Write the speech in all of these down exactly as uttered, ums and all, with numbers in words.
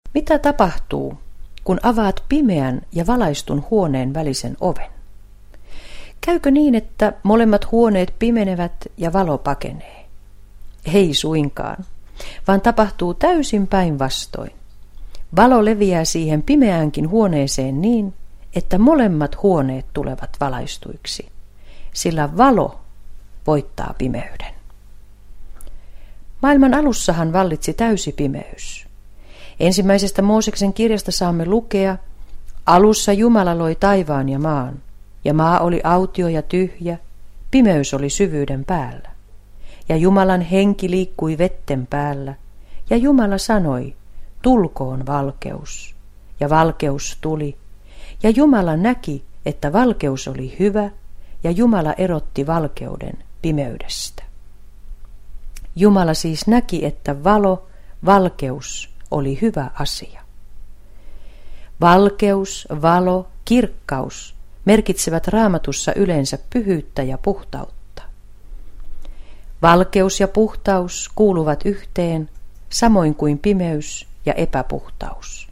Mitä tapahtuu, kun avaat pimeän ja valaistun huoneen välisen oven? Käykö niin, että molemmat huoneet pimenevät ja valo pakenee? Ei suinkaan, vaan tapahtuu täysin päinvastoin. Valo leviää siihen pimeäänkin huoneeseen niin, että molemmat huoneet tulevat valaistuiksi, sillä valo voittaa pimeyden. Maailman alussahan vallitsi täysi pimeys. Ensimmäisestä Mooseksen kirjasta saamme lukea, alussa Jumala loi taivaan ja maan, ja maa oli autio ja tyhjä, pimeys oli syvyyden päällä. Ja Jumalan henki liikkui vetten päällä, ja Jumala sanoi, tulkoon valkeus, ja valkeus tuli. Ja Jumala näki, että valkeus oli hyvä, ja Jumala erotti valkeuden pimeydestä. Jumala siis näki, että valo, valkeus oli hyvä asia. Valkeus, valo, kirkkaus merkitsevät Raamatussa yleensä pyhyyttä ja puhtautta. Valkeus ja puhtaus kuuluvat yhteen, samoin kuin pimeys ja epäpuhtaus.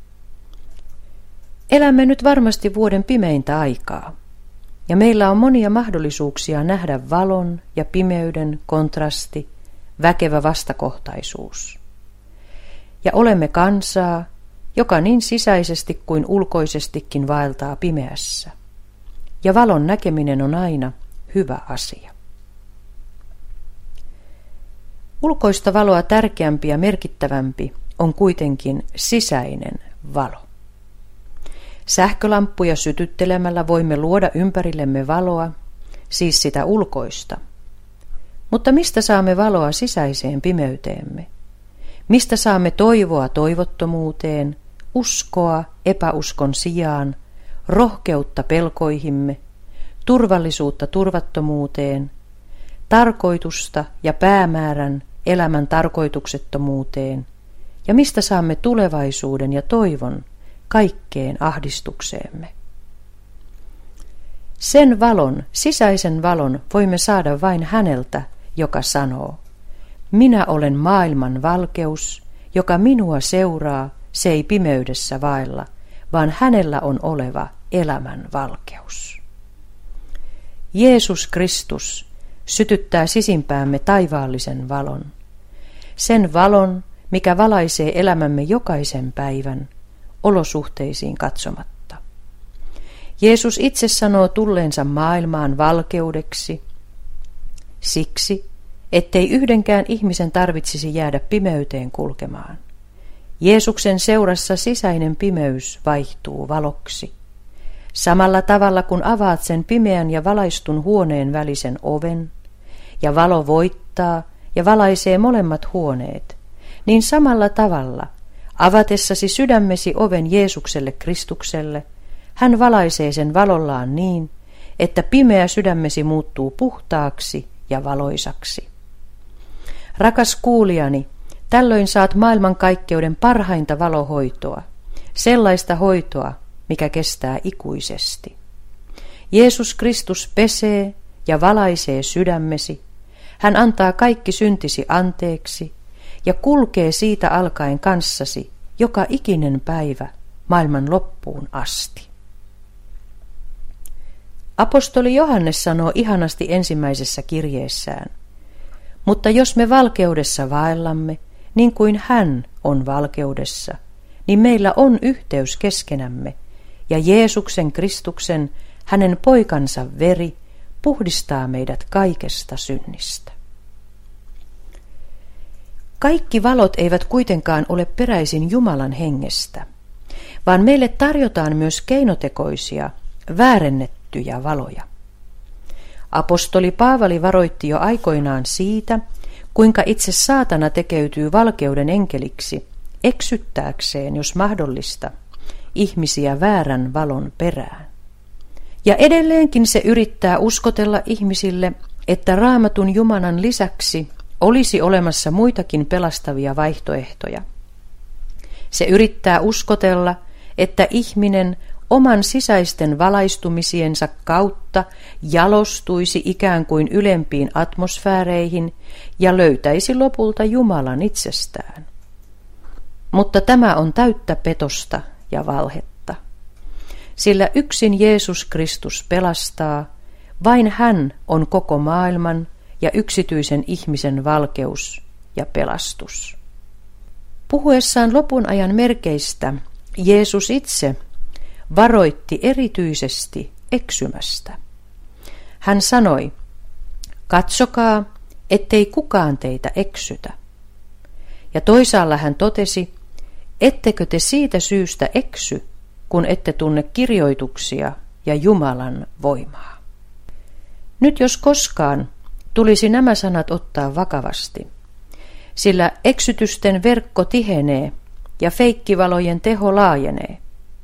Elämme nyt varmasti vuoden pimeintä aikaa, ja meillä on monia mahdollisuuksia nähdä valon ja pimeyden kontrasti, väkevä vastakohtaisuus. Ja olemme kansaa, joka niin sisäisesti kuin ulkoisestikin vaeltaa pimeässä. Ja valon näkeminen on aina hyvä asia. Ulkoista valoa tärkeämpi ja merkittävämpi on kuitenkin sisäinen valo. Sähkölamppuja sytyttelemällä voimme luoda ympärillemme valoa, siis sitä ulkoista. Mutta mistä saamme valoa sisäiseen pimeyteemme? Mistä saamme toivoa toivottomuuteen, uskoa epäuskon sijaan, rohkeutta pelkoihimme, turvallisuutta turvattomuuteen, tarkoitusta ja päämäärän elämän tarkoituksettomuuteen, ja mistä saamme tulevaisuuden ja toivon kaikkeen ahdistukseemme? Sen valon, sisäisen valon voimme saada vain häneltä, joka sanoo, minä olen maailman valkeus, joka minua seuraa, se ei pimeydessä vaella, vaan hänellä on oleva elämän valkeus. Jeesus Kristus sytyttää sisimpäämme taivaallisen valon. Sen valon, mikä valaisee elämämme jokaisen päivän, olosuhteisiin katsomatta. Jeesus itse sanoo tulleensa maailmaan valkeudeksi, siksi, ettei yhdenkään ihmisen tarvitsisi jäädä pimeyteen kulkemaan. Jeesuksen seurassa sisäinen pimeys vaihtuu valoksi. Samalla tavalla kun avaat sen pimeän ja valaistun huoneen välisen oven, ja valo voittaa ja valaisee molemmat huoneet, niin samalla tavalla, avatessasi sydämesi oven Jeesukselle Kristukselle, hän valaisee sen valollaan niin, että pimeä sydämesi muuttuu puhtaaksi ja valoisaksi. Rakas kuulijani, tällöin saat maailmankaikkeuden parhainta valohoitoa, sellaista hoitoa, mikä kestää ikuisesti. Jeesus Kristus pesee ja valaisee sydämesi, hän antaa kaikki syntisi anteeksi ja kulkee siitä alkaen kanssasi joka ikinen päivä maailman loppuun asti. Apostoli Johannes sanoo ihanasti ensimmäisessä kirjeessään, mutta jos me valkeudessa vaellamme, niin kuin hän on valkeudessa, niin meillä on yhteys keskenämme, ja Jeesuksen Kristuksen, hänen poikansa veri, puhdistaa meidät kaikesta synnistä. Kaikki valot eivät kuitenkaan ole peräisin Jumalan hengestä, vaan meille tarjotaan myös keinotekoisia, väärennettyjä valoja. Apostoli Paavali varoitti jo aikoinaan siitä, kuinka itse saatana tekeytyy valkeuden enkeliksi, eksyttääkseen, jos mahdollista, ihmisiä väärän valon perään. Ja edelleenkin se yrittää uskotella ihmisille, että Raamatun Jumalan lisäksi olisi olemassa muitakin pelastavia vaihtoehtoja. Se yrittää uskotella, että ihminen oman sisäisten valaistumisiensa kautta jalostuisi ikään kuin ylempiin atmosfääreihin ja löytäisi lopulta Jumalan itsestään. Mutta tämä on täyttä petosta ja valhetta. Sillä yksin Jeesus Kristus pelastaa, vain hän on koko maailman ja yksityisen ihmisen valkeus ja pelastus. Puhuessaan lopun ajan merkeistä Jeesus itse varoitti erityisesti eksymästä. Hän sanoi, katsokaa, ettei kukaan teitä eksytä. Ja toisaalla hän totesi, ettekö te siitä syystä eksy, kun ette tunne kirjoituksia ja Jumalan voimaa. Nyt jos koskaan tulisi nämä sanat ottaa vakavasti, sillä eksytysten verkko tihenee ja feikkivalojen teho laajenee.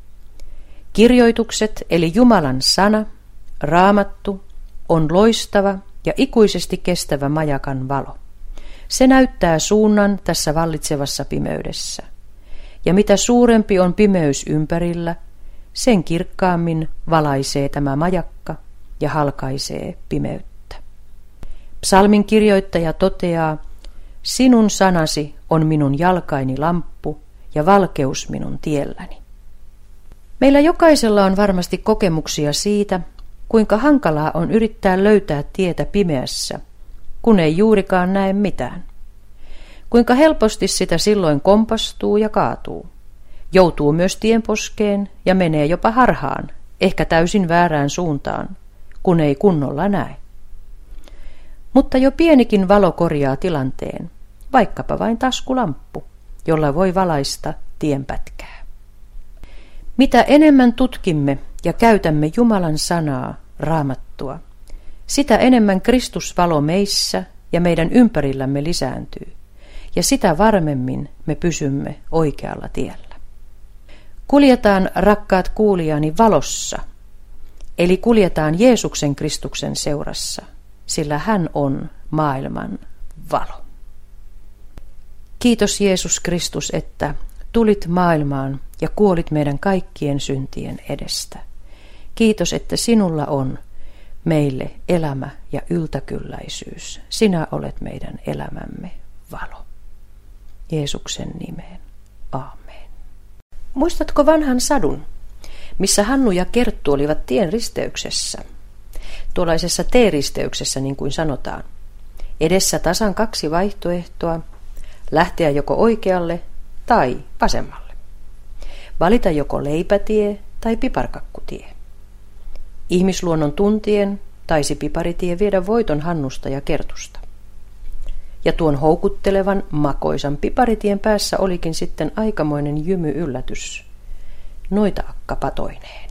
Kirjoitukset eli Jumalan sana, Raamattu, on loistava ja ikuisesti kestävä majakan valo. Se näyttää suunnan tässä vallitsevassa pimeydessä. Ja mitä suurempi on pimeys ympärillä, sen kirkkaammin valaisee tämä majakka ja halkaisee pimeyttä. Psalmin kirjoittaja toteaa, sinun sanasi on minun jalkaini lamppu ja valkeus minun tielläni. Meillä jokaisella on varmasti kokemuksia siitä, kuinka hankalaa on yrittää löytää tietä pimeässä, kun ei juurikaan näe mitään. Kuinka helposti sitä silloin kompastuu ja kaatuu. Joutuu myös tienposkeen ja menee jopa harhaan, ehkä täysin väärään suuntaan, kun ei kunnolla näe. Mutta jo pienikin valo korjaa tilanteen, vaikkapa vain taskulamppu, jolla voi valaista tienpätkää. Mitä enemmän tutkimme ja käytämme Jumalan sanaa, Raamattua, sitä enemmän Kristusvalo meissä ja meidän ympärillämme lisääntyy, ja sitä varmemmin me pysymme oikealla tiellä. Kuljetaan, rakkaat kuulijani, valossa, eli kuljetaan Jeesuksen Kristuksen seurassa, sillä hän on maailman valo. Kiitos Jeesus Kristus, että tulit maailmaan ja kuolit meidän kaikkien syntien edestä. Kiitos, että sinulla on meille elämä ja yltäkylläisyys. Sinä olet meidän elämämme valo. Jeesuksen nimeen. Aamen. Muistatko vanhan sadun, missä Hannu ja Kerttu olivat tien risteyksessä? Tuollaisessa T-risteyksessä, niin kuin sanotaan. Edessä tasan kaksi vaihtoehtoa, lähteä joko oikealle tai vasemmalle. Valita joko leipätie tai piparkakkutie. Ihmisluonnon tuntien taisi piparitie viedä voiton Hannusta ja Kertusta. Ja tuon houkuttelevan, makoisan piparitien päässä olikin sitten aikamoinen jymy yllätys. Noita-akka patoineen.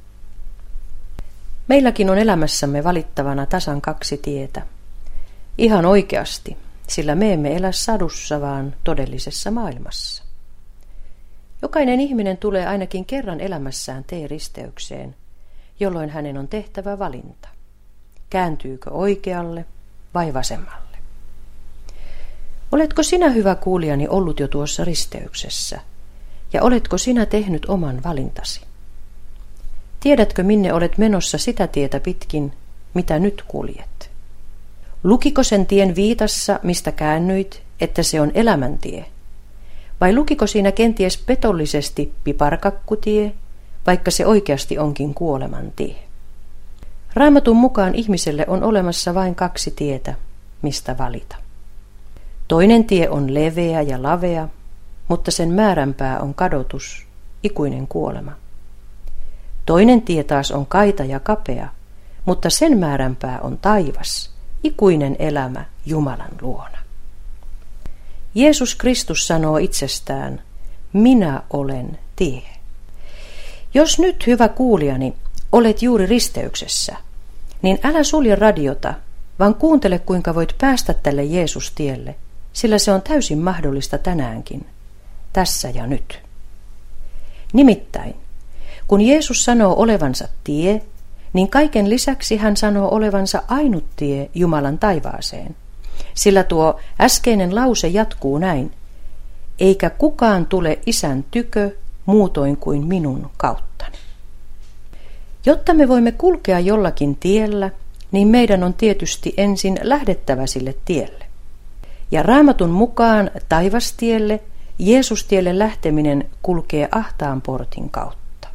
Meilläkin on elämässämme valittavana tasan kaksi tietä. Ihan oikeasti, sillä me emme elä sadussa, vaan todellisessa maailmassa. Jokainen ihminen tulee ainakin kerran elämässään T-risteykseen, jolloin hänen on tehtävä valinta. Kääntyykö oikealle vai vasemmalle? Oletko sinä, hyvä kuulijani, ollut jo tuossa risteyksessä? Ja oletko sinä tehnyt oman valintasi? Tiedätkö, minne olet menossa sitä tietä pitkin, mitä nyt kuljet? Lukiko sen tien viitassa, mistä käännyit, että se on elämäntie? Vai lukiko siinä kenties petollisesti piparkakkutie, vaikka se oikeasti onkin kuolemantie? Raamatun mukaan ihmiselle on olemassa vain kaksi tietä, mistä valita. Toinen tie on leveä ja lavea, mutta sen määränpää on kadotus, ikuinen kuolema. Toinen tie taas on kaita ja kapea, mutta sen määränpää on taivas, ikuinen elämä Jumalan luona. Jeesus Kristus sanoo itsestään, minä olen tie. Jos nyt, hyvä kuulijani, olet juuri risteyksessä, niin älä sulje radiota, vaan kuuntele, kuinka voit päästä tälle Jeesus-tielle, sillä se on täysin mahdollista tänäänkin, tässä ja nyt. Nimittäin, kun Jeesus sanoo olevansa tie, niin kaiken lisäksi hän sanoo olevansa ainut tie Jumalan taivaaseen, sillä tuo äskeinen lause jatkuu näin, eikä kukaan tule Isän tykö muutoin kuin minun kauttani. Jotta me voimme kulkea jollakin tiellä, niin meidän on tietysti ensin lähdettävä sille tielle. Ja Raamatun mukaan taivastielle Jeesustielle lähteminen kulkee ahtaan portin kautta.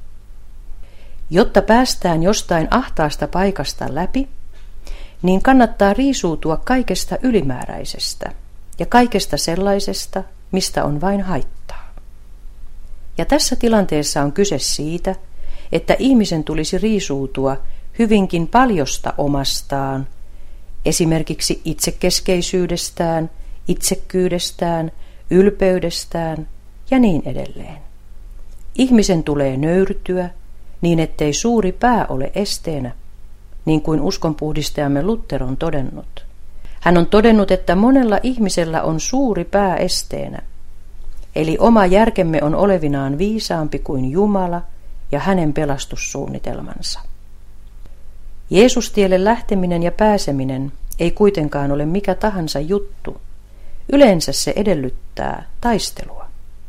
Jotta päästään jostain ahtaasta paikasta läpi, niin kannattaa riisuutua kaikesta ylimääräisestä ja kaikesta sellaisesta, mistä on vain haittaa. Ja tässä tilanteessa on kyse siitä, että ihmisen tulisi riisuutua hyvinkin paljosta omastaan, esimerkiksi itsekeskeisyydestään, itsekkyydestään, ylpeydestään ja niin edelleen. Ihmisen tulee nöyrtyä niin, ettei suuri pää ole esteenä, niin kuin uskonpuhdistajamme Luther on todennut. Hän on todennut, että monella ihmisellä on suuri pää esteenä, eli oma järkemme on olevinaan viisaampi kuin Jumala ja hänen pelastussuunnitelmansa. Jeesustielle lähteminen ja pääseminen ei kuitenkaan ole mikä tahansa juttu. Yleensä se edellyttää taistelua.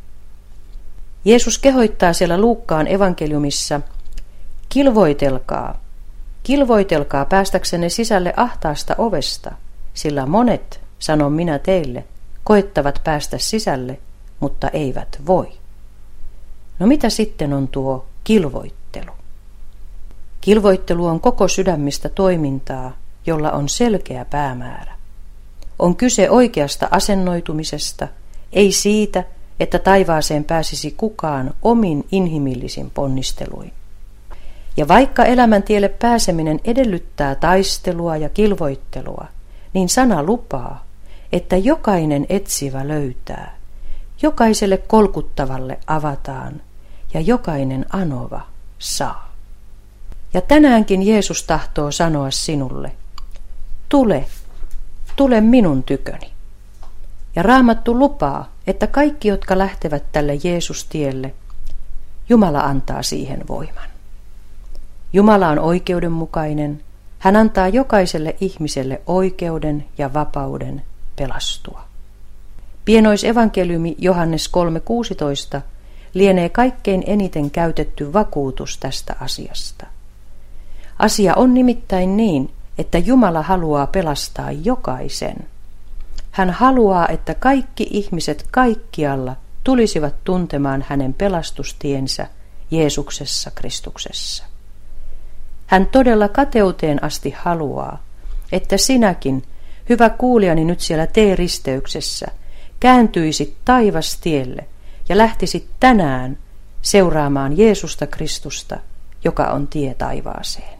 Jeesus kehottaa siellä Luukkaan evankeliumissa: kilvoitelkaa, kilvoitelkaa päästäksenne sisälle ahtaasta ovesta, sillä monet, sanon minä teille, koettavat päästä sisälle, mutta eivät voi. No mitä sitten on tuo kilvoittelu? Kilvoittelu on koko sydämistä toimintaa, jolla on selkeä päämäärä. On kyse oikeasta asennoitumisesta, ei siitä, että taivaaseen pääsisi kukaan omin inhimillisin ponnisteluin. Ja vaikka elämäntielle pääseminen edellyttää taistelua ja kilvoittelua, niin sana lupaa, että jokainen etsivä löytää, jokaiselle kolkuttavalle avataan ja jokainen anova saa. Ja tänäänkin Jeesus tahtoo sanoa sinulle: tule, tule minun tyköni. Ja Raamattu lupaa, että kaikki, jotka lähtevät tälle Jeesustielle, Jumala antaa siihen voiman. Jumala on oikeudenmukainen. Hän antaa jokaiselle ihmiselle oikeuden ja vapauden pelastua. Pienoisevankeliumi Johannes kolme kuusitoista lienee kaikkein eniten käytetty vakuutus tästä asiasta. Asia on nimittäin niin, että Jumala haluaa pelastaa jokaisen. Hän haluaa, että kaikki ihmiset kaikkialla tulisivat tuntemaan hänen pelastustiensä Jeesuksessa Kristuksessa. Hän todella kateuteen asti haluaa, että sinäkin, hyvä kuulijani nyt siellä T-risteyksessä, kääntyisit taivastielle ja lähtisit tänään seuraamaan Jeesusta Kristusta, joka on tie taivaaseen.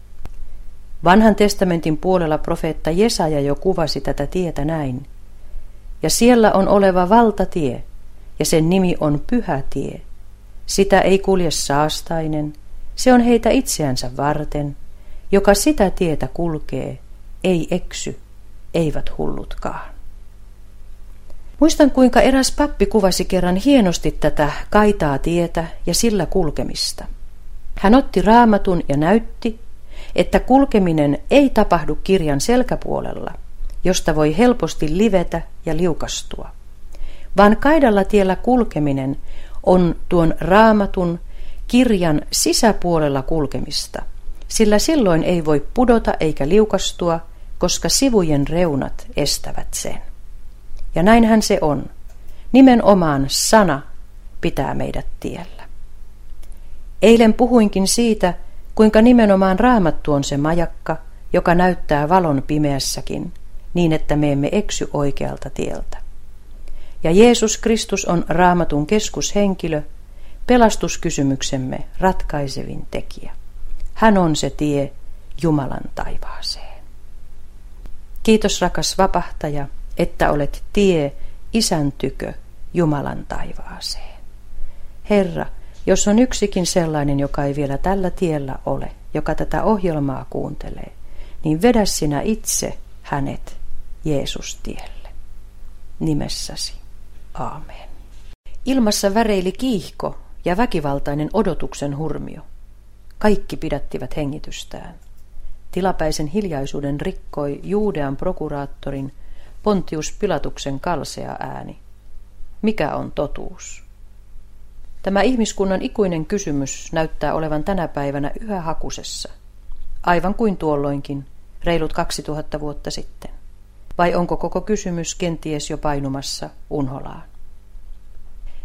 Vanhan testamentin puolella profeetta Jesaja jo kuvasi tätä tietä näin: ja siellä on oleva valtatie, ja sen nimi on Pyhä tie. Sitä ei kulje saastainen, se on heitä itseänsä varten, joka sitä tietä kulkee, ei eksy, eivät hullutkaan. Muistan, kuinka eräs pappi kuvasi kerran hienosti tätä kaitaa tietä ja sillä kulkemista. Hän otti raamatun ja näytti, että kulkeminen ei tapahdu kirjan selkäpuolella, josta voi helposti livetä ja liukastua, vaan kaidalla tiellä kulkeminen on tuon raamatun kirjan sisäpuolella kulkemista, sillä silloin ei voi pudota eikä liukastua, koska sivujen reunat estävät sen. Ja näinhän se on. Nimenomaan sana pitää meidät tiellä. Eilen puhuinkin siitä, kuinka nimenomaan Raamattu on se majakka, joka näyttää valon pimeässäkin, niin että me emme eksy oikealta tieltä. Ja Jeesus Kristus on Raamatun keskushenkilö, pelastuskysymyksemme ratkaisevin tekijä. Hän on se tie Jumalan taivaaseen. Kiitos, rakas vapahtaja, että olet tie Isän tykö Jumalan taivaaseen. Herra, jos on yksikin sellainen, joka ei vielä tällä tiellä ole, joka tätä ohjelmaa kuuntelee, niin vedä sinä itse hänet Jeesus-tielle. Nimessäsi. Aamen. Ilmassa väreili kiihko ja väkivaltainen odotuksen hurmio. Kaikki pidättivät hengitystään. Tilapäisen hiljaisuuden rikkoi Juudean prokuraattorin Pontius Pilatuksen kalsea ääni. Mikä on totuus? Tämä ihmiskunnan ikuinen kysymys näyttää olevan tänä päivänä yhä hakusessa, aivan kuin tuolloinkin, reilut kaksituhatta vuotta sitten. Vai onko koko kysymys kenties jo painumassa unholaan?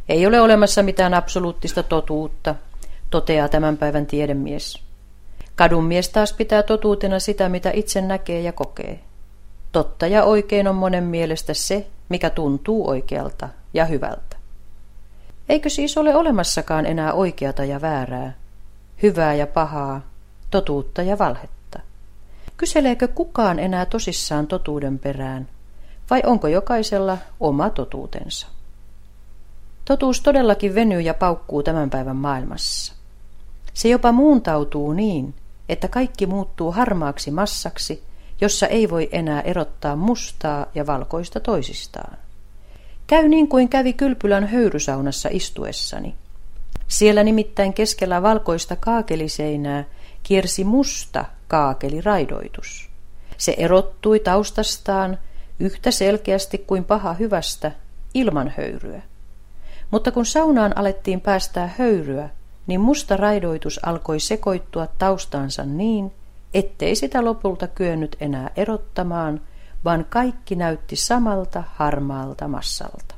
Ei ole olemassa mitään absoluuttista totuutta, toteaa tämän päivän tiedemies. Kadunmies taas pitää totuutena sitä, mitä itse näkee ja kokee. Totta ja oikein on monen mielestä se, mikä tuntuu oikealta ja hyvältä. Eikö siis ole olemassakaan enää oikeata ja väärää, hyvää ja pahaa, totuutta ja valhetta? Kyseleekö kukaan enää tosissaan totuuden perään, vai onko jokaisella oma totuutensa? Totuus todellakin venyy ja paukkuu tämän päivän maailmassa. Se jopa muuntautuu niin, että kaikki muuttuu harmaaksi massaksi, jossa ei voi enää erottaa mustaa ja valkoista toisistaan. Käy niin kuin kävi kylpylän höyrysaunassa istuessani. Siellä nimittäin keskellä valkoista kaakeliseinää kiersi musta kaakeliraidoitus. Se erottui taustastaan yhtä selkeästi kuin paha hyvästä ilman höyryä. Mutta kun saunaan alettiin päästää höyryä, niin musta raidoitus alkoi sekoittua taustaansa niin, ettei sitä lopulta kyennyt enää erottamaan, vaan kaikki näytti samalta harmaalta massalta.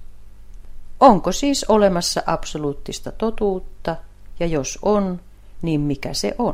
Onko siis olemassa absoluuttista totuutta, ja jos on, niin mikä se on?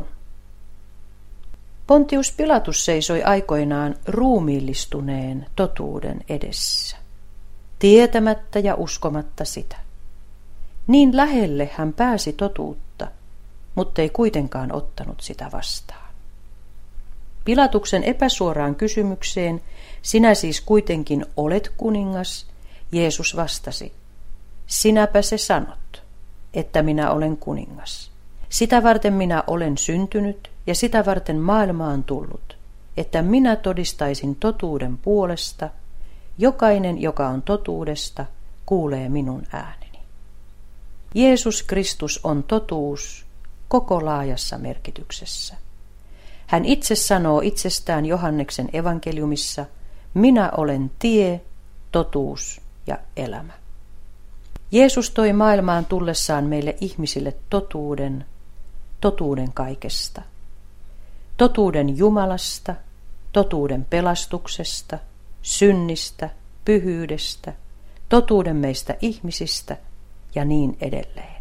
Pontius Pilatus seisoi aikoinaan ruumiillistuneen totuuden edessä, tietämättä ja uskomatta sitä. Niin lähelle hän pääsi totuutta, mutta ei kuitenkaan ottanut sitä vastaan. Pilatuksen epäsuoraan kysymykseen, sinä siis kuitenkin olet kuningas, Jeesus vastasi, sinäpä se sanot, että minä olen kuningas. Sitä varten minä olen syntynyt ja sitä varten maailmaan tullut, että minä todistaisin totuuden puolesta, jokainen, joka on totuudesta, kuulee minun ääneni. Jeesus Kristus on totuus koko laajassa merkityksessä. Hän itse sanoo itsestään Johanneksen evankeliumissa, minä olen tie, totuus ja elämä. Jeesus toi maailmaan tullessaan meille ihmisille totuuden, totuuden kaikesta. Totuuden Jumalasta, totuuden pelastuksesta, synnistä, pyhyydestä, totuuden meistä ihmisistä ja niin edelleen.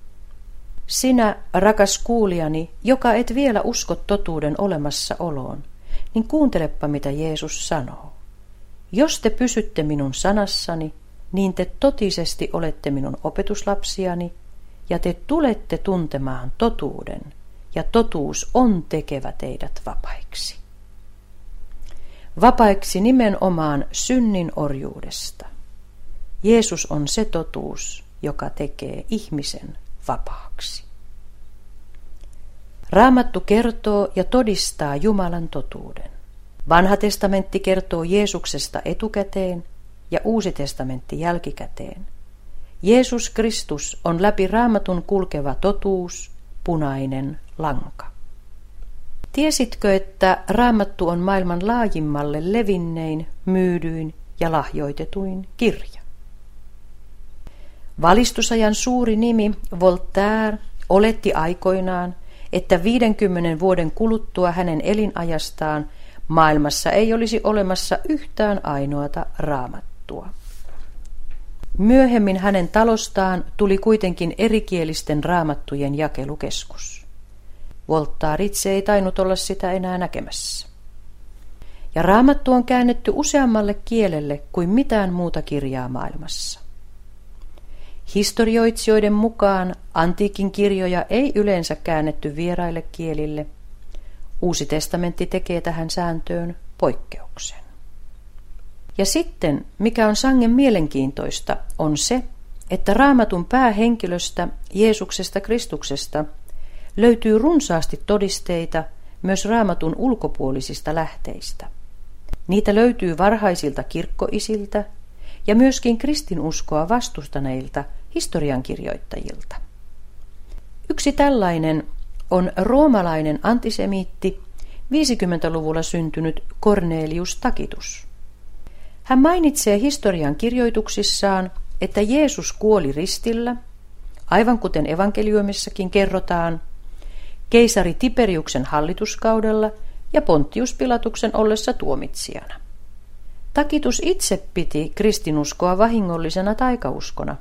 Sinä, rakas kuulijani, joka et vielä usko totuuden olemassaoloon, niin kuuntelepa mitä Jeesus sanoo. Jos te pysytte minun sanassani, niin te totisesti olette minun opetuslapsiani, ja te tulette tuntemaan totuuden, ja totuus on tekevä teidät vapaiksi. Vapaiksi nimenomaan synnin orjuudesta. Jeesus on se totuus, joka tekee ihmisen vapaaksi. Raamattu kertoo ja todistaa Jumalan totuuden. Vanha testamentti kertoo Jeesuksesta etukäteen ja Uusi testamentti jälkikäteen. Jeesus Kristus on läpi Raamatun kulkeva totuus, punainen lanka. Tiesitkö, että Raamattu on maailman laajimmalle levinnein, myydyin ja lahjoitetuin kirja? Valistusajan suuri nimi Voltaire oletti aikoinaan, että viidenkymmenen vuoden kuluttua hänen elinajastaan maailmassa ei olisi olemassa yhtään ainoata raamattua. Myöhemmin hänen talostaan tuli kuitenkin erikielisten raamattujen jakelukeskus. Voltaire itse ei tainnut olla sitä enää näkemässä. Ja raamattu on käännetty useammalle kielelle kuin mitään muuta kirjaa maailmassa. Historioitsijoiden mukaan antiikin kirjoja ei yleensä käännetty vieraille kielille. Uusi testamentti tekee tähän sääntöön poikkeuksen. Ja sitten, mikä on sangen mielenkiintoista, on se, että Raamatun päähenkilöstä, Jeesuksesta Kristuksesta, löytyy runsaasti todisteita myös Raamatun ulkopuolisista lähteistä. Niitä löytyy varhaisilta kirkkoisiltä ja myöskin kristinuskoa vastustaneilta historiankirjoittajilta. Yksi tällainen on roomalainen antisemiitti, viisikymmentäluvulla syntynyt Cornelius Tacitus. Hän mainitsee historian kirjoituksissaan, että Jeesus kuoli ristillä, aivan kuten evankeliumissakin kerrotaan, keisari Tiberiuksen hallituskaudella ja Pontius Pilatuksen ollessa tuomitsijana. Tacitus itse piti kristinuskoa vahingollisena taikauskona.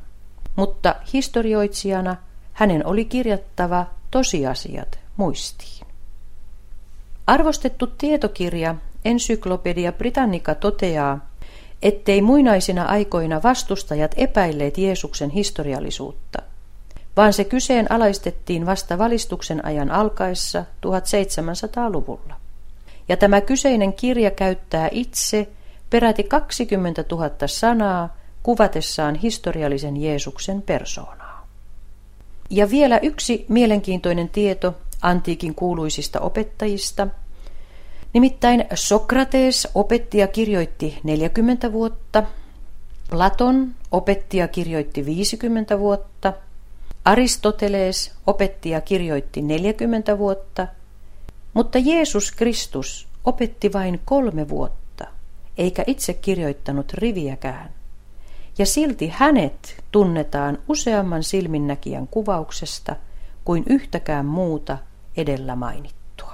mutta historioitsijana hänen oli kirjattava tosiasiat muistiin. Arvostettu tietokirja Encyclopedia Britannica toteaa, ettei muinaisina aikoina vastustajat epäilleet Jeesuksen historiallisuutta, vaan se kyseenalaistettiin vasta valistuksen ajan alkaessa tuhatseitsemänsataaluvulla. Ja tämä kyseinen kirja käyttää itse peräti kaksikymmentätuhatta sanaa kuvatessaan historiallisen Jeesuksen persoonaa. Ja vielä yksi mielenkiintoinen tieto antiikin kuuluisista opettajista. Nimittäin Sokrates opetti ja kirjoitti neljäkymmentä vuotta, Platon opetti ja kirjoitti viisikymmentä vuotta, Aristoteles opetti ja kirjoitti neljäkymmentä vuotta, mutta Jeesus Kristus opetti vain kolme vuotta, eikä itse kirjoittanut riviäkään. Ja silti hänet tunnetaan useamman silminnäkijän kuvauksesta kuin yhtäkään muuta edellä mainittua.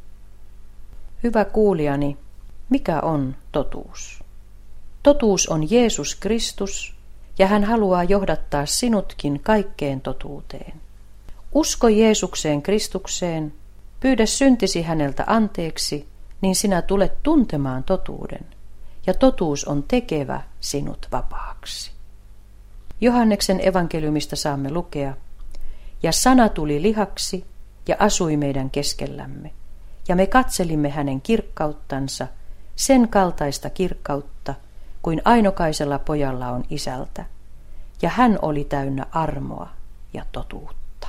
Hyvä kuulijani, mikä on totuus? Totuus on Jeesus Kristus, ja hän haluaa johdattaa sinutkin kaikkeen totuuteen. Usko Jeesukseen Kristukseen, pyydä syntisi häneltä anteeksi, niin sinä tulet tuntemaan totuuden, ja totuus on tekevä sinut vapaaksi. Johanneksen evankeliumista saamme lukea, ja sana tuli lihaksi ja asui meidän keskellämme, ja me katselimme hänen kirkkauttansa, sen kaltaista kirkkautta, kuin ainokaisella pojalla on isältä, ja hän oli täynnä armoa ja totuutta.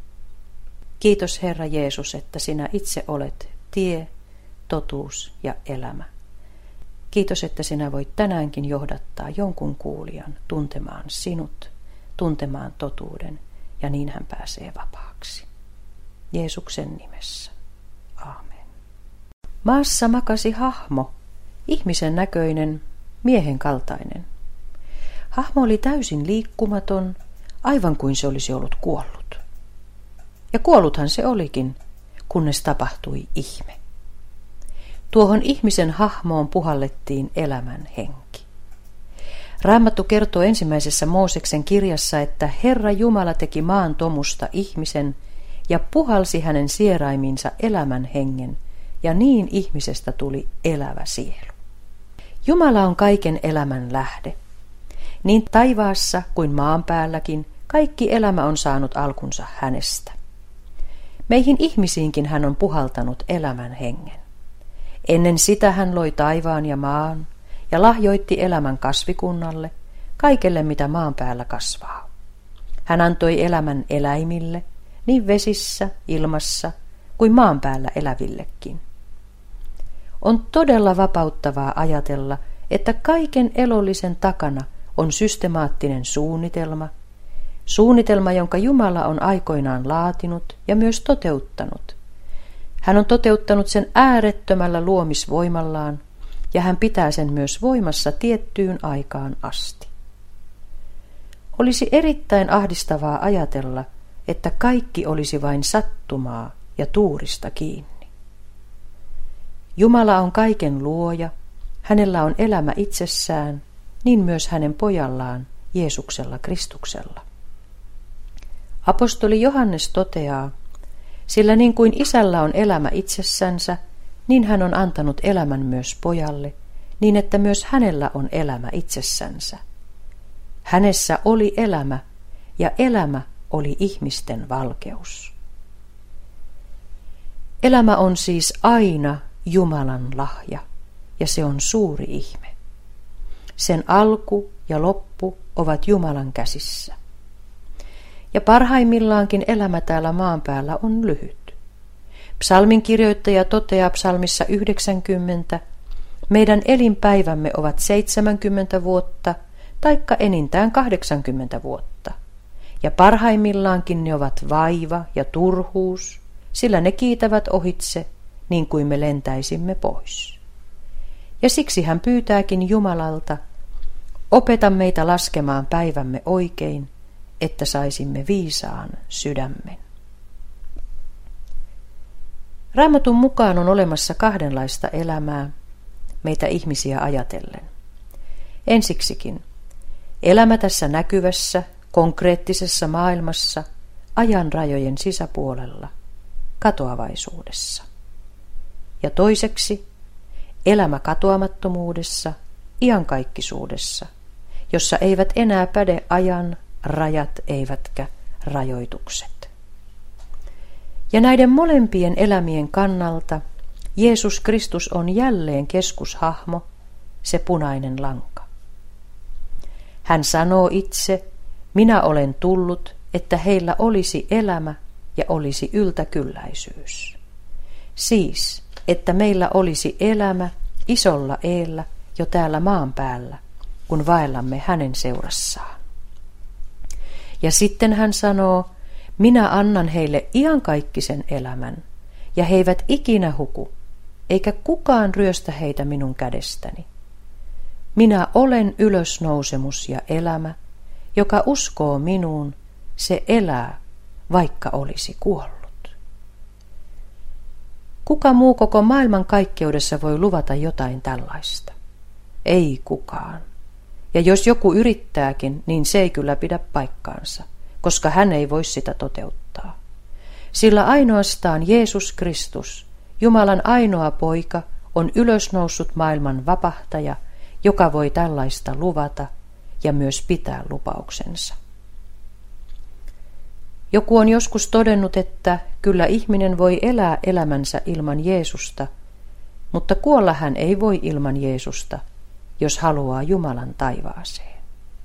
Kiitos Herra Jeesus, että sinä itse olet tie, totuus ja elämä. Kiitos, että sinä voit tänäänkin johdattaa jonkun kuulijan tuntemaan sinut, tuntemaan totuuden, ja niin hän pääsee vapaaksi. Jeesuksen nimessä. Aamen. Maassa makasi hahmo, ihmisen näköinen, miehen kaltainen. Hahmo oli täysin liikkumaton, aivan kuin se olisi ollut kuollut. Ja kuolluthan se olikin, kunnes tapahtui ihme. Tuohon ihmisen hahmoon puhallettiin elämän henki. Raamattu kertoo ensimmäisessä Mooseksen kirjassa, että Herra Jumala teki maan tomusta ihmisen ja puhalsi hänen sieraimiinsa elämän hengen, ja niin ihmisestä tuli elävä sielu. Jumala on kaiken elämän lähde. Niin taivaassa kuin maan päälläkin kaikki elämä on saanut alkunsa hänestä. Meihin ihmisiinkin hän on puhaltanut elämän hengen. Ennen sitä hän loi taivaan ja maan ja lahjoitti elämän kasvikunnalle, kaikelle mitä maan päällä kasvaa. Hän antoi elämän eläimille, niin vesissä, ilmassa kuin maan päällä elävillekin. On todella vapauttavaa ajatella, että kaiken elollisen takana on systemaattinen suunnitelma, suunnitelma, jonka Jumala on aikoinaan laatinut ja myös toteuttanut. Hän on toteuttanut sen äärettömällä luomisvoimallaan, ja hän pitää sen myös voimassa tiettyyn aikaan asti. Olisi erittäin ahdistavaa ajatella, että kaikki olisi vain sattumaa ja tuurista kiinni. Jumala on kaiken luoja, hänellä on elämä itsessään, niin myös hänen pojallaan Jeesuksella Kristuksella. Apostoli Johannes toteaa, sillä niin kuin isällä on elämä itsessänsä, niin hän on antanut elämän myös pojalle, niin että myös hänellä on elämä itsessänsä. Hänessä oli elämä, ja elämä oli ihmisten valkeus. Elämä on siis aina Jumalan lahja, ja se on suuri ihme. Sen alku ja loppu ovat Jumalan käsissä. Ja parhaimmillaankin elämä täällä maan päällä on lyhyt. Psalmin kirjoittaja toteaa psalmissa yhdeksänkymmentä, meidän elinpäivämme ovat seitsemänkymmentä vuotta, taikka enintään kahdeksankymmentä vuotta. Ja parhaimmillaankin ne ovat vaiva ja turhuus, sillä ne kiitävät ohitse, niin kuin me lentäisimme pois. Ja siksi hän pyytääkin Jumalalta, opeta meitä laskemaan päivämme oikein, että saisimme viisaan sydämen. Raamatun mukaan on olemassa kahdenlaista elämää meitä ihmisiä ajatellen. Ensiksikin, elämä tässä näkyvässä konkreettisessa maailmassa, ajan rajojen sisäpuolella, katoavaisuudessa. Ja toiseksi, elämä katoamattomuudessa, iankaikkisuudessa, jossa eivät enää päde ajan rajat eivätkä rajoitukset. Ja näiden molempien elämien kannalta Jeesus Kristus on jälleen keskushahmo, se punainen lanka. Hän sanoo itse, minä olen tullut, että heillä olisi elämä ja olisi yltäkylläisyys. Siis, että meillä olisi elämä isolla eellä jo täällä maan päällä, kun vaellamme hänen seurassaan. Ja sitten hän sanoo, minä annan heille iankaikkisen elämän, ja he eivät ikinä huku, eikä kukaan ryöstä heitä minun kädestäni. Minä olen ylösnousemus ja elämä, joka uskoo minuun, se elää, vaikka olisi kuollut. Kuka muu koko maailman kaikkeudessa voi luvata jotain tällaista? Ei kukaan. Ja jos joku yrittääkin, niin se ei kyllä pidä paikkaansa, koska hän ei voi sitä toteuttaa. Sillä ainoastaan Jeesus Kristus, Jumalan ainoa poika, on ylösnoussut maailman vapahtaja, joka voi tällaista luvata ja myös pitää lupauksensa. Joku on joskus todennut, että kyllä ihminen voi elää elämänsä ilman Jeesusta, mutta kuolla hän ei voi ilman Jeesusta, jos haluaa Jumalan taivaaseen.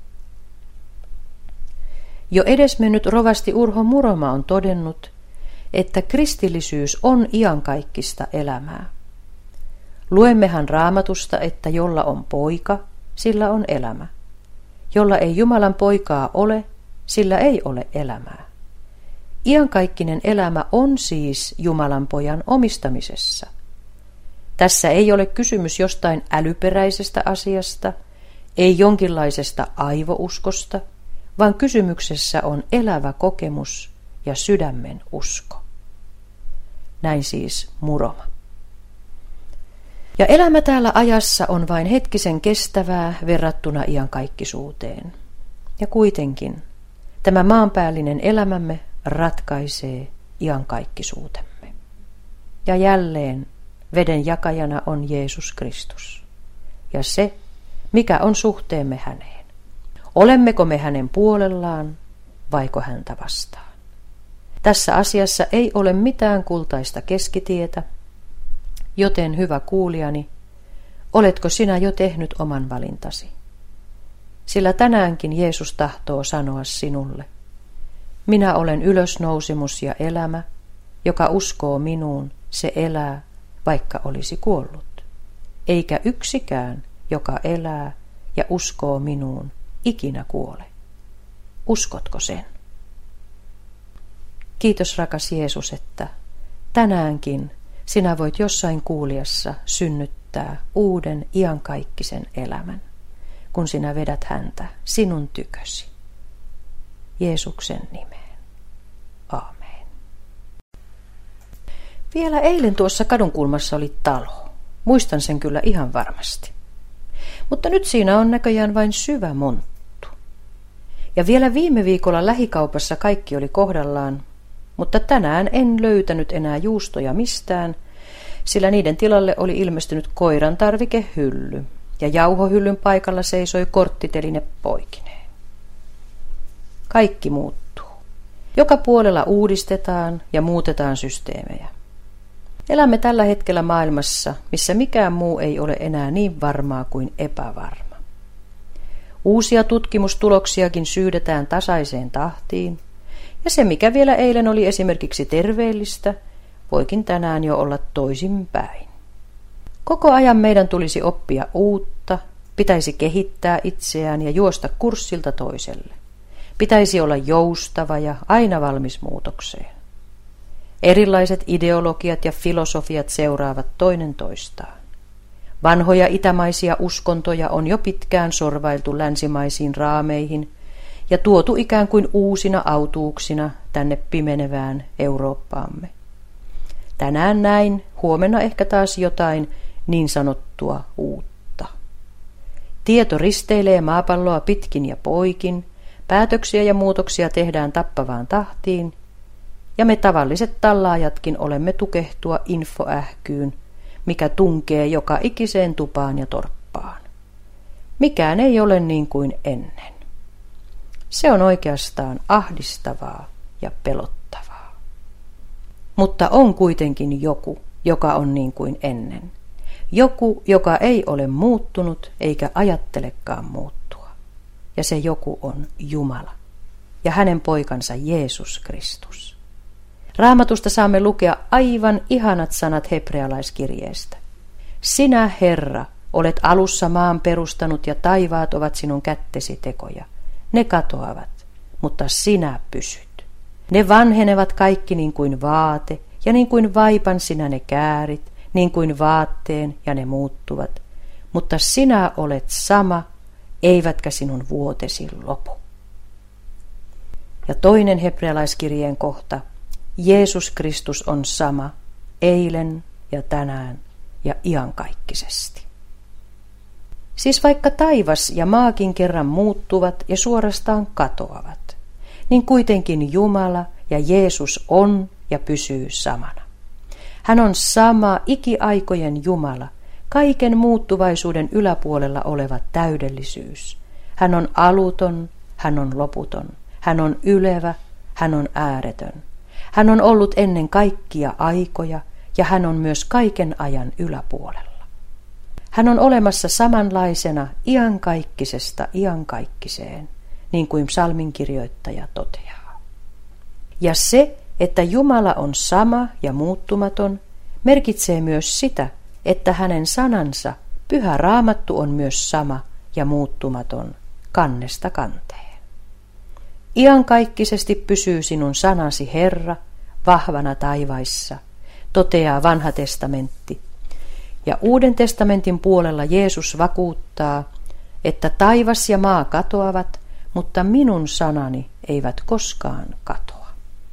Jo edesmennyt rovasti Urho Muroma on todennut, että kristillisyys on iankaikkista elämää. Luemmehan Raamatusta, että jolla on poika, sillä on elämä. Jolla ei Jumalan poikaa ole, sillä ei ole elämää. Iankaikkinen elämä on siis Jumalan pojan omistamisessa. Tässä ei ole kysymys jostain älyperäisestä asiasta, ei jonkinlaisesta aivouskosta, vaan kysymyksessä on elävä kokemus ja sydämen usko. Näin siis Muroma. Ja elämä täällä ajassa on vain hetkisen kestävää verrattuna iankaikkisuuteen. Ja kuitenkin tämä maanpäällinen elämämme ratkaisee iankaikkisuutemme. Ja jälleen veden jakajana on Jeesus Kristus. Ja se, mikä on suhteemme häneen. Olemmeko me hänen puolellaan vaiko häntä vastaan? Tässä asiassa ei ole mitään kultaista keskitietä, joten hyvä kuulijani, oletko sinä jo tehnyt oman valintasi? Sillä tänäänkin Jeesus tahtoo sanoa sinulle, minä olen ylösnousemus ja elämä, joka uskoo minuun, se elää, vaikka olisi kuollut. Eikä yksikään, joka elää ja uskoo minuun, ikinä kuole. Uskotko sen? Kiitos rakas Jeesus, että tänäänkin sinä voit jossain kuulijassa synnyttää uuden iankaikkisen elämän, kun sinä vedät häntä sinun tykösi. Jeesuksen nimeen. Aamen. Vielä eilen tuossa kadunkulmassa oli talo. Muistan sen kyllä ihan varmasti. Mutta nyt siinä on näköjään vain syvä monttu. Ja vielä viime viikolla lähikaupassa kaikki oli kohdallaan, mutta tänään en löytänyt enää juustoja mistään, sillä niiden tilalle oli ilmestynyt koiran tarvikehylly, ja jauhohyllyn paikalla seisoi korttiteline poikineen. Kaikki muuttuu. Joka puolella uudistetaan ja muutetaan systeemejä. Elämme tällä hetkellä maailmassa, missä mikään muu ei ole enää niin varmaa kuin epävarma. Uusia tutkimustuloksiakin syydetään tasaiseen tahtiin, ja se mikä vielä eilen oli esimerkiksi terveellistä, voikin tänään jo olla toisinpäin. Koko ajan meidän tulisi oppia uutta, pitäisi kehittää itseään ja juosta kurssilta toiselle. Pitäisi olla joustava ja aina valmis muutokseen. Erilaiset ideologiat ja filosofiat seuraavat toinen toistaan. Vanhoja itämaisia uskontoja on jo pitkään sorvailtu länsimaisiin raameihin ja tuotu ikään kuin uusina autuuksina tänne pimenevään Eurooppaamme. Tänään näin, huomenna ehkä taas jotain niin sanottua uutta. Tieto risteilee maapalloa pitkin ja poikin, Päätöksiä ja muutoksia tehdään tappavaan tahtiin, ja me tavalliset tallaajatkin olemme tukehtua infoähkyyn, mikä tunkee joka ikiseen tupaan ja torppaan. Mikään ei ole niin kuin ennen. Se on oikeastaan ahdistavaa ja pelottavaa. Mutta on kuitenkin joku, joka on niin kuin ennen. Joku, joka ei ole muuttunut eikä ajattelekaan muuttua. Ja se joku on Jumala ja hänen poikansa Jeesus Kristus. Raamatusta saamme lukea aivan ihanat sanat hebrealaiskirjeestä. Sinä, Herra, olet alussa maan perustanut ja taivaat ovat sinun kättesi tekoja. Ne katoavat, mutta sinä pysyt. Ne vanhenevat kaikki niin kuin vaate, ja niin kuin vaipan sinä ne käärit, niin kuin vaatteen ja ne muuttuvat. Mutta sinä olet sama, eivätkä sinun vuotesi lopu. Ja toinen hebrealaiskirjeen kohta. Jeesus Kristus on sama, eilen ja tänään ja iankaikkisesti. Siis vaikka taivas ja maakin kerran muuttuvat ja suorastaan katoavat, niin kuitenkin Jumala ja Jeesus on ja pysyy samana. Hän on sama ikiaikojen Jumala, kaiken muuttuvaisuuden yläpuolella oleva täydellisyys. Hän on aluton, hän on loputon, hän on ylevä, hän on ääretön. Hän on ollut ennen kaikkia aikoja ja hän on myös kaiken ajan yläpuolella. Hän on olemassa samanlaisena iankaikkisesta iankaikkiseen, niin kuin psalminkirjoittaja toteaa. Ja se, että Jumala on sama ja muuttumaton, merkitsee myös sitä, että hänen sanansa, Pyhä Raamattu, on myös sama ja muuttumaton kannesta kanteen. Iankaikkisesti pysyy sinun sanasi, Herra, vahvana taivaissa, toteaa Vanha testamentti. Ja Uuden testamentin puolella Jeesus vakuuttaa, että taivas ja maa katoavat, mutta minun sanani eivät koskaan katoa.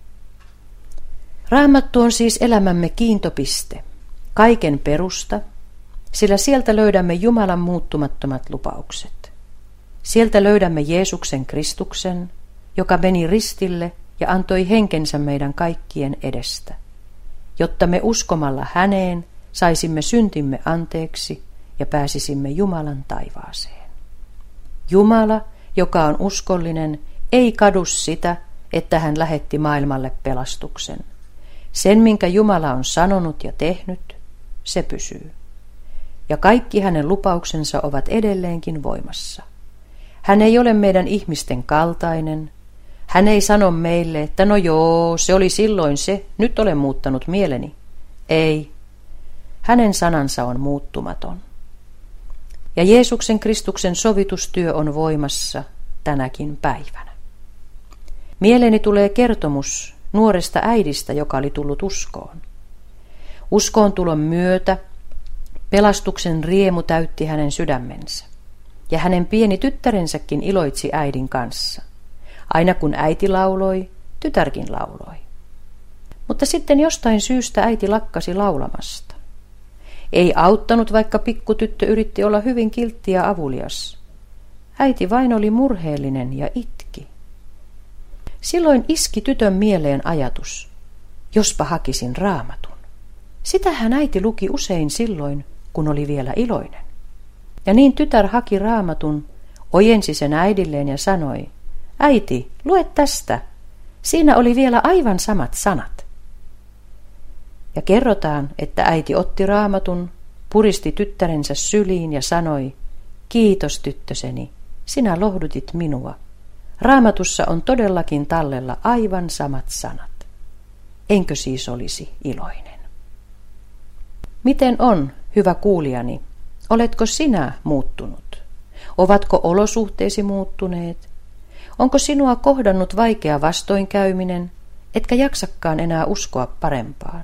Raamattu on siis elämämme kiintopiste, kaiken perusta, sillä sieltä löydämme Jumalan muuttumattomat lupaukset. Sieltä löydämme Jeesuksen Kristuksen, joka meni ristille ja antoi henkensä meidän kaikkien edestä, jotta me uskomalla häneen saisimme syntimme anteeksi ja pääsisimme Jumalan taivaaseen. Jumala, joka on uskollinen, ei kadu sitä, että hän lähetti maailmalle pelastuksen. Sen, minkä Jumala on sanonut ja tehnyt, se pysyy. Ja kaikki hänen lupauksensa ovat edelleenkin voimassa. Hän ei ole meidän ihmisten kaltainen. Hän ei sano meille, että no joo, se oli silloin se, nyt olen muuttanut mieleni. Ei. Hänen sanansa on muuttumaton. Ja Jeesuksen Kristuksen sovitustyö on voimassa tänäkin päivänä. Mieleeni tulee kertomus nuoresta äidistä, joka oli tullut uskoon. Uskoon tulon myötä pelastuksen riemu täytti hänen sydämensä, ja hänen pieni tyttärensäkin iloitsi äidin kanssa. Aina kun äiti lauloi, tytärkin lauloi. Mutta sitten jostain syystä äiti lakkasi laulamasta. Ei auttanut, vaikka pikkutyttö yritti olla hyvin kiltti ja avulias. Äiti vain oli murheellinen ja itki. Silloin iski tytön mieleen ajatus, jospa hakisin Raamatun. Sitähän äiti luki usein silloin, kun oli vielä iloinen. Ja niin tytär haki Raamatun, ojensi sen äidilleen ja sanoi, äiti, lue tästä, siinä oli vielä aivan samat sanat. Ja kerrotaan, että äiti otti Raamatun, puristi tyttärensä syliin ja sanoi, kiitos tyttöseni, sinä lohdutit minua. Raamatussa on todellakin tallella aivan samat sanat. Enkö siis olisi iloinen? Miten on, hyvä kuulijani, oletko sinä muuttunut? Ovatko olosuhteesi muuttuneet? Onko sinua kohdannut vaikea vastoinkäyminen, etkä jaksakaan enää uskoa parempaan?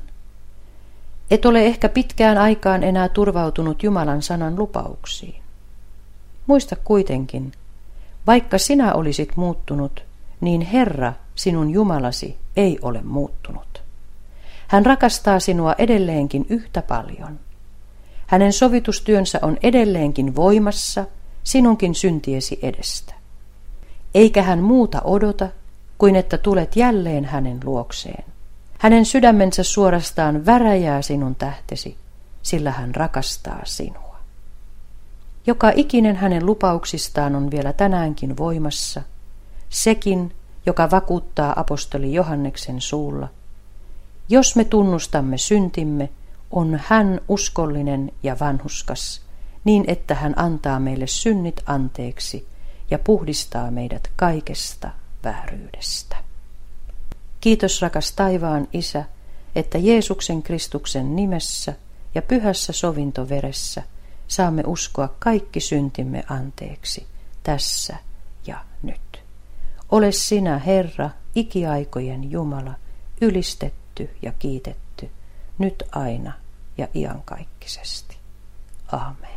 Et ole ehkä pitkään aikaan enää turvautunut Jumalan sanan lupauksiin. Muista kuitenkin, vaikka sinä olisit muuttunut, niin Herra, sinun Jumalasi, ei ole muuttunut. Hän rakastaa sinua edelleenkin yhtä paljon. Hänen sovitustyönsä on edelleenkin voimassa sinunkin syntiesi edestä. eikä hän muuta odota, kuin että tulet jälleen hänen luokseen. Hänen sydämensä suorastaan väräjää sinun tähtesi, sillä hän rakastaa sinua. Joka ikinen hänen lupauksistaan on vielä tänäänkin voimassa, sekin, joka vakuuttaa apostoli Johanneksen suulla. Jos me tunnustamme syntimme, on hän uskollinen ja vanhurskas, niin että hän antaa meille synnit anteeksi ja puhdistaa meidät kaikesta vääryydestä. Kiitos rakas taivaan Isä, että Jeesuksen Kristuksen nimessä ja pyhässä sovintoveressä saamme uskoa kaikki syntimme anteeksi tässä ja nyt. Ole sinä, Herra, ikiaikojen Jumala, ylistetty ja kiitetty, nyt aina ja iankaikkisesti. Aamen.